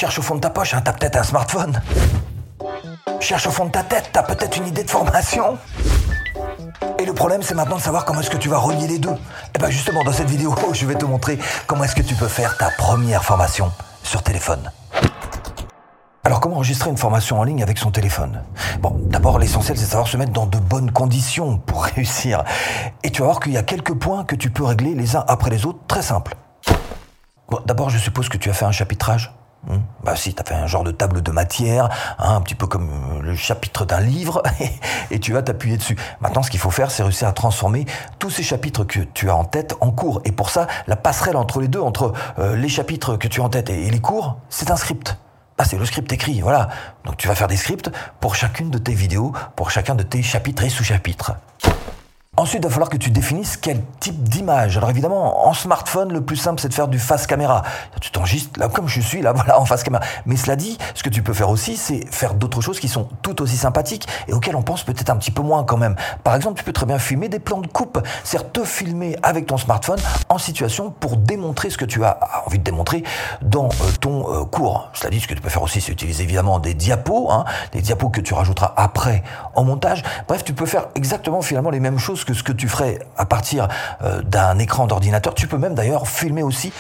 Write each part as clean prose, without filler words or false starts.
cherche au fond de ta poche, hein, t'as peut-être un smartphone. Cherche au fond de ta tête, t'as peut-être une idée de formation. Et le problème, c'est maintenant de savoir comment est-ce que tu vas relier les deux. Et bien justement, dans cette vidéo, je vais te montrer comment est-ce que tu peux faire ta première formation sur téléphone. Alors, comment enregistrer une formation en ligne avec son téléphone ? Bon, d'abord, l'essentiel, c'est de savoir se mettre dans de bonnes conditions pour réussir. Et tu vas voir qu'il y a quelques points que tu peux régler les uns après les autres, très simples. Bon, d'abord, je suppose que tu as fait un chapitrage. Bah si, tu as fait un genre de table de matière, hein, un petit peu comme le chapitre d'un livre, et tu vas t'appuyer dessus. Maintenant, ce qu'il faut faire, c'est réussir à transformer tous ces chapitres que tu as en tête en cours. Et pour ça, la passerelle entre les deux, entre les chapitres que tu as en tête et les cours, c'est un script. Ah, c'est le script écrit, voilà. Donc tu vas faire des scripts pour chacune de tes vidéos, pour chacun de tes chapitres et sous-chapitres. Ensuite, il va falloir que tu définisses quel type d'image. Alors évidemment, en smartphone, le plus simple, c'est de faire du face caméra. Tu t'enregistres là comme je suis, là, voilà, en face caméra. Mais cela dit, ce que tu peux faire aussi, c'est faire d'autres choses qui sont tout aussi sympathiques et auxquelles on pense peut-être un petit peu moins quand même. Par exemple, tu peux très bien filmer des plans de coupe. C'est-à-dire te filmer avec ton smartphone en situation pour démontrer ce que tu as envie de démontrer dans ton cours. Cela dit, ce que tu peux faire aussi, c'est utiliser évidemment des diapos, hein, des diapos que tu rajouteras après en montage. Bref, tu peux faire exactement finalement les mêmes choses que ce que tu ferais à partir d'un écran d'ordinateur. Tu peux même d'ailleurs filmer aussi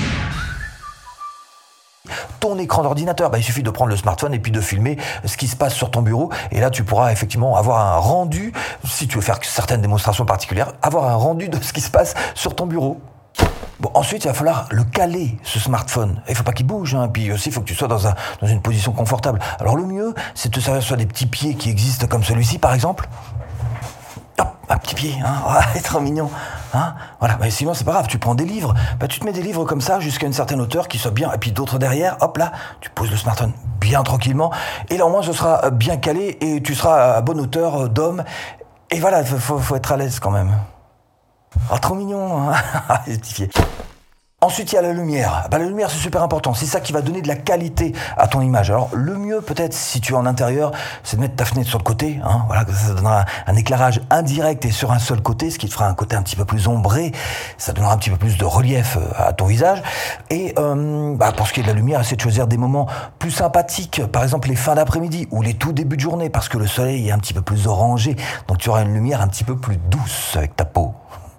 ton écran d'ordinateur. Il suffit de prendre le smartphone et puis de filmer ce qui se passe sur ton bureau. Et là, tu pourras effectivement avoir un rendu, si tu veux faire certaines démonstrations particulières, avoir un rendu de ce qui se passe sur ton bureau. Bon, ensuite, il va falloir le caler, ce smartphone. Il ne faut pas qu'il bouge, hein. Puis aussi, il faut que tu sois dans une position confortable. Alors, le mieux, c'est de te servir sur des petits pieds qui existent comme celui-ci, par exemple. Hop, un petit pied, hein, ouais, trop mignon, hein, voilà. Mais sinon c'est pas grave, tu prends des livres, tu te mets des livres comme ça jusqu'à une certaine hauteur qui soient bien, et puis d'autres derrière, hop là, tu poses le smartphone bien tranquillement, et là au moins ce sera bien calé et tu seras à bonne hauteur d'homme, et voilà, faut être à l'aise quand même. Oh, trop mignon, hein, les petits pieds. Ensuite, il y a la lumière. La lumière, c'est super important. C'est ça qui va donner de la qualité à ton image. Alors, le mieux, peut-être, si tu es en intérieur, c'est de mettre ta fenêtre sur le côté. Hein, voilà, ça donnera un éclairage indirect et sur un seul côté, ce qui te fera un côté un petit peu plus ombré. Ça donnera un petit peu plus de relief à ton visage. Et pour ce qui est de la lumière, essaie de choisir des moments plus sympathiques. Par exemple, les fins d'après-midi ou les tout débuts de journée, parce que le soleil est un petit peu plus orangé. Donc, tu auras une lumière un petit peu plus douce avec ta peau.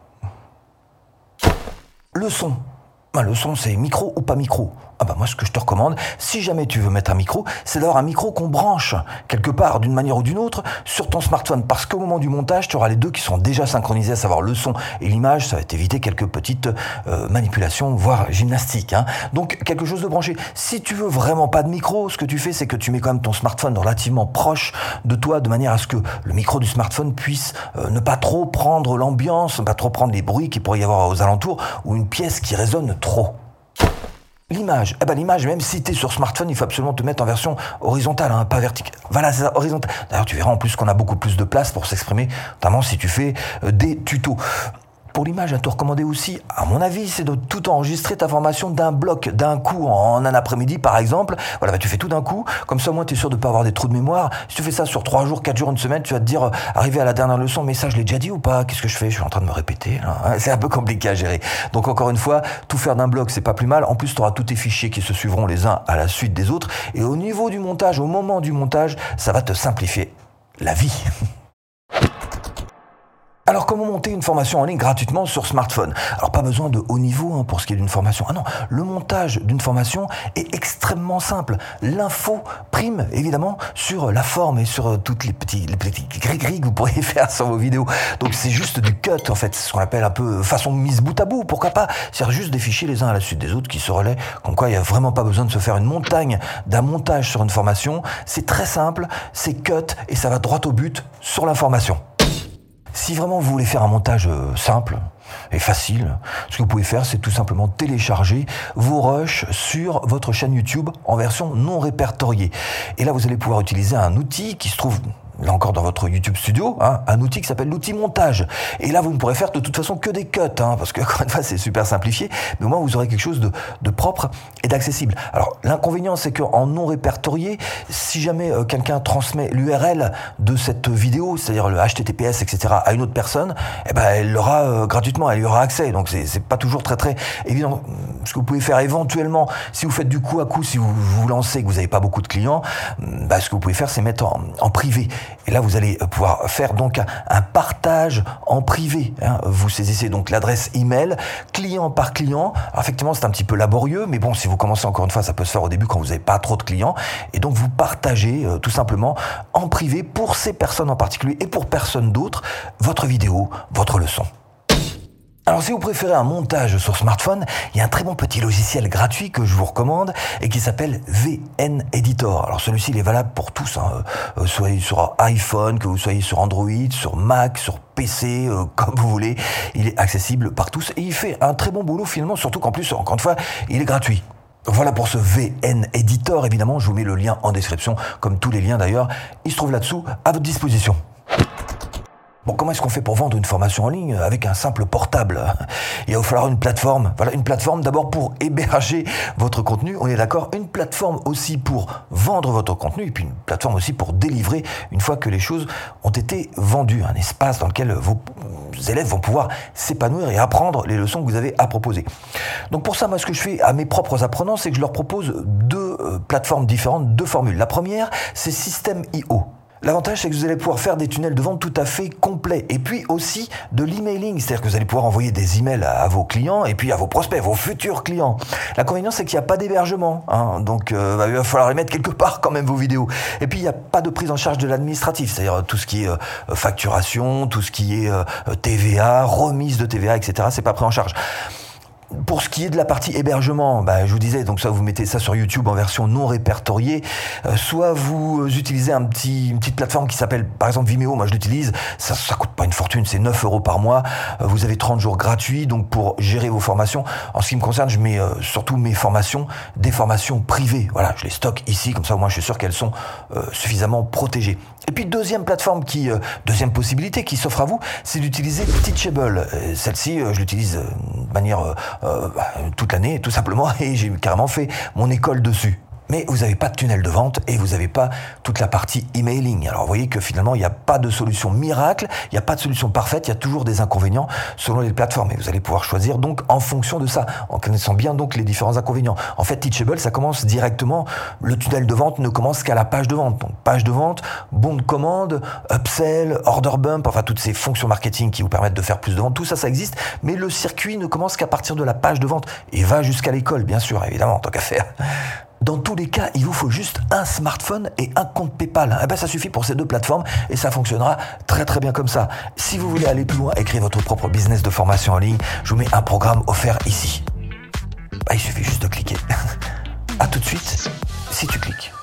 Le son. Le son, c'est micro ou pas micro. Moi, ce que je te recommande, si jamais tu veux mettre un micro, c'est d'avoir un micro qu'on branche quelque part, d'une manière ou d'une autre, sur ton smartphone. Parce qu'au moment du montage, tu auras les deux qui sont déjà synchronisés, à savoir le son et l'image. Ça va t'éviter quelques petites manipulations, voire gymnastiques. Hein. Donc, quelque chose de branché. Si tu veux vraiment pas de micro, ce que tu fais, c'est que tu mets quand même ton smartphone relativement proche de toi, de manière à ce que le micro du smartphone puisse ne pas trop prendre l'ambiance, ne pas trop prendre les bruits qu'il pourrait y avoir aux alentours, ou une pièce qui résonne trop. L'image, l'image, même si tu es sur smartphone, il faut absolument te mettre en version horizontale, hein, pas verticale. Voilà, c'est ça, horizontale. D'ailleurs, tu verras en plus qu'on a beaucoup plus de place pour s'exprimer, notamment si tu fais des tutos. Pour l'image, à te recommander aussi, à mon avis, c'est de tout enregistrer ta formation d'un bloc, d'un coup, en un après-midi par exemple. Voilà, tu fais tout d'un coup, comme ça au moins tu es sûr de ne pas avoir des trous de mémoire. Si tu fais ça sur 3 jours, 4 jours, une semaine, tu vas te dire, arrivé à la dernière leçon, mais ça je l'ai déjà dit ou pas ? Qu'est-ce que je fais ? Je suis en train de me répéter. Là. C'est un peu compliqué à gérer. Donc encore une fois, tout faire d'un bloc, c'est pas plus mal. En plus, tu auras tous tes fichiers qui se suivront les uns à la suite des autres. Et au niveau du montage, au moment du montage, ça va te simplifier la vie. Alors, comment monter une formation en ligne gratuitement sur smartphone ? Alors, pas besoin de haut niveau pour ce qui est d'une formation. Ah non, le montage d'une formation est extrêmement simple. L'info prime, évidemment, sur la forme et sur toutes les petits gris-gris que vous pourriez faire sur vos vidéos. Donc, c'est juste du cut, en fait. C'est ce qu'on appelle un peu façon mise bout à bout. Pourquoi pas ? C'est juste des fichiers les uns à la suite des autres qui se relaient. Comme quoi, il n'y a vraiment pas besoin de se faire une montagne d'un montage sur une formation. C'est très simple, c'est cut et ça va droit au but sur l'information. Si vraiment vous voulez faire un montage simple et facile, ce que vous pouvez faire, c'est tout simplement télécharger vos rushs sur votre chaîne YouTube en version non répertoriée. Et là, vous allez pouvoir utiliser un outil qui se trouve là encore dans votre YouTube Studio, un outil qui s'appelle l'outil montage. Et là, vous ne pourrez faire de toute façon que des cuts, parce que encore une fois, c'est super simplifié, mais au moins vous aurez quelque chose de propre et d'accessible. Alors, l'inconvénient, c'est qu'en non répertorié, si jamais quelqu'un transmet l'URL de cette vidéo, c'est-à-dire le HTTPS, etc., à une autre personne, elle l'aura gratuitement, elle y aura accès. Donc, c'est pas toujours très évident. Ce que vous pouvez faire éventuellement, si vous faites du coup à coup, si vous vous lancez, que vous n'avez pas beaucoup de clients, ce que vous pouvez faire, c'est mettre en privé. Et là, vous allez pouvoir faire donc un partage en privé. Vous saisissez donc l'adresse email, client par client. Alors, effectivement, c'est un petit peu laborieux, mais bon, si vous commencez encore une fois, ça peut se faire au début quand vous n'avez pas trop de clients. Et donc, vous partagez tout simplement en privé pour ces personnes en particulier et pour personne d'autre, votre vidéo, votre leçon. Alors si vous préférez un montage sur smartphone, il y a un très bon petit logiciel gratuit que je vous recommande et qui s'appelle VN Editor. Alors celui-ci il est valable pour tous, soyez sur iPhone, que vous soyez sur Android, sur Mac, sur PC, comme vous voulez. Il est accessible par tous et il fait un très bon boulot finalement, surtout qu'en plus, encore une fois, il est gratuit. Voilà pour ce VN Editor, évidemment, je vous mets le lien en description, comme tous les liens d'ailleurs, il se trouve là-dessous à votre disposition. Bon, comment est-ce qu'on fait pour vendre une formation en ligne avec un simple portable ? Il va falloir une plateforme. Voilà, une plateforme d'abord pour héberger votre contenu, on est d'accord ? Une plateforme aussi pour vendre votre contenu et puis une plateforme aussi pour délivrer une fois que les choses ont été vendues. Un espace dans lequel vos élèves vont pouvoir s'épanouir et apprendre les leçons que vous avez à proposer. Donc pour ça, moi, ce que je fais à mes propres apprenants, c'est que je leur propose deux plateformes différentes, deux formules. La première, c'est System.io. L'avantage, c'est que vous allez pouvoir faire des tunnels de vente tout à fait complets. Et puis aussi de l'emailing, c'est-à-dire que vous allez pouvoir envoyer des emails à vos clients et puis à vos prospects, vos futurs clients. L'inconvénient, c'est qu'il n'y a pas d'hébergement. Donc, il va falloir les mettre quelque part quand même, vos vidéos. Et puis, il n'y a pas de prise en charge de l'administratif, c'est-à-dire tout ce qui est facturation, tout ce qui est TVA, remise de TVA, etc. C'est pas pris en charge. Pour ce qui est de la partie hébergement, je vous disais, donc soit vous mettez ça sur YouTube en version non répertoriée, soit vous utilisez une petite plateforme qui s'appelle par exemple Vimeo, moi je l'utilise, ça coûte pas une fortune, c'est 9 € par mois, vous avez 30 jours gratuits, donc pour gérer vos formations. En ce qui me concerne, je mets surtout mes formations, des formations privées, voilà, je les stocke ici, comme ça au moins je suis sûr qu'elles sont suffisamment protégées. Et puis deuxième possibilité qui s'offre à vous, c'est d'utiliser Teachable. Celle-ci, je l'utilise de manière toute l'année, tout simplement, et j'ai carrément fait mon école dessus. Mais vous n'avez pas de tunnel de vente et vous n'avez pas toute la partie emailing. Alors vous voyez que finalement, il n'y a pas de solution miracle, il n'y a pas de solution parfaite, il y a toujours des inconvénients selon les plateformes. Et vous allez pouvoir choisir donc en fonction de ça, en connaissant bien donc les différents inconvénients. En fait, Teachable, ça commence directement, le tunnel de vente ne commence qu'à la page de vente. Donc page de vente, bon de commande, upsell, order bump, enfin toutes ces fonctions marketing qui vous permettent de faire plus de ventes, tout ça existe. Mais le circuit ne commence qu'à partir de la page de vente et va jusqu'à l'école, bien sûr, évidemment, tant qu'à faire. Dans tous les cas, il vous faut juste un smartphone et un compte PayPal. Ça suffit pour ces deux plateformes et ça fonctionnera très très bien comme ça. Si vous voulez aller plus loin et créer votre propre business de formation en ligne, je vous mets un programme offert ici. Il suffit juste de cliquer. À tout de suite, si tu cliques.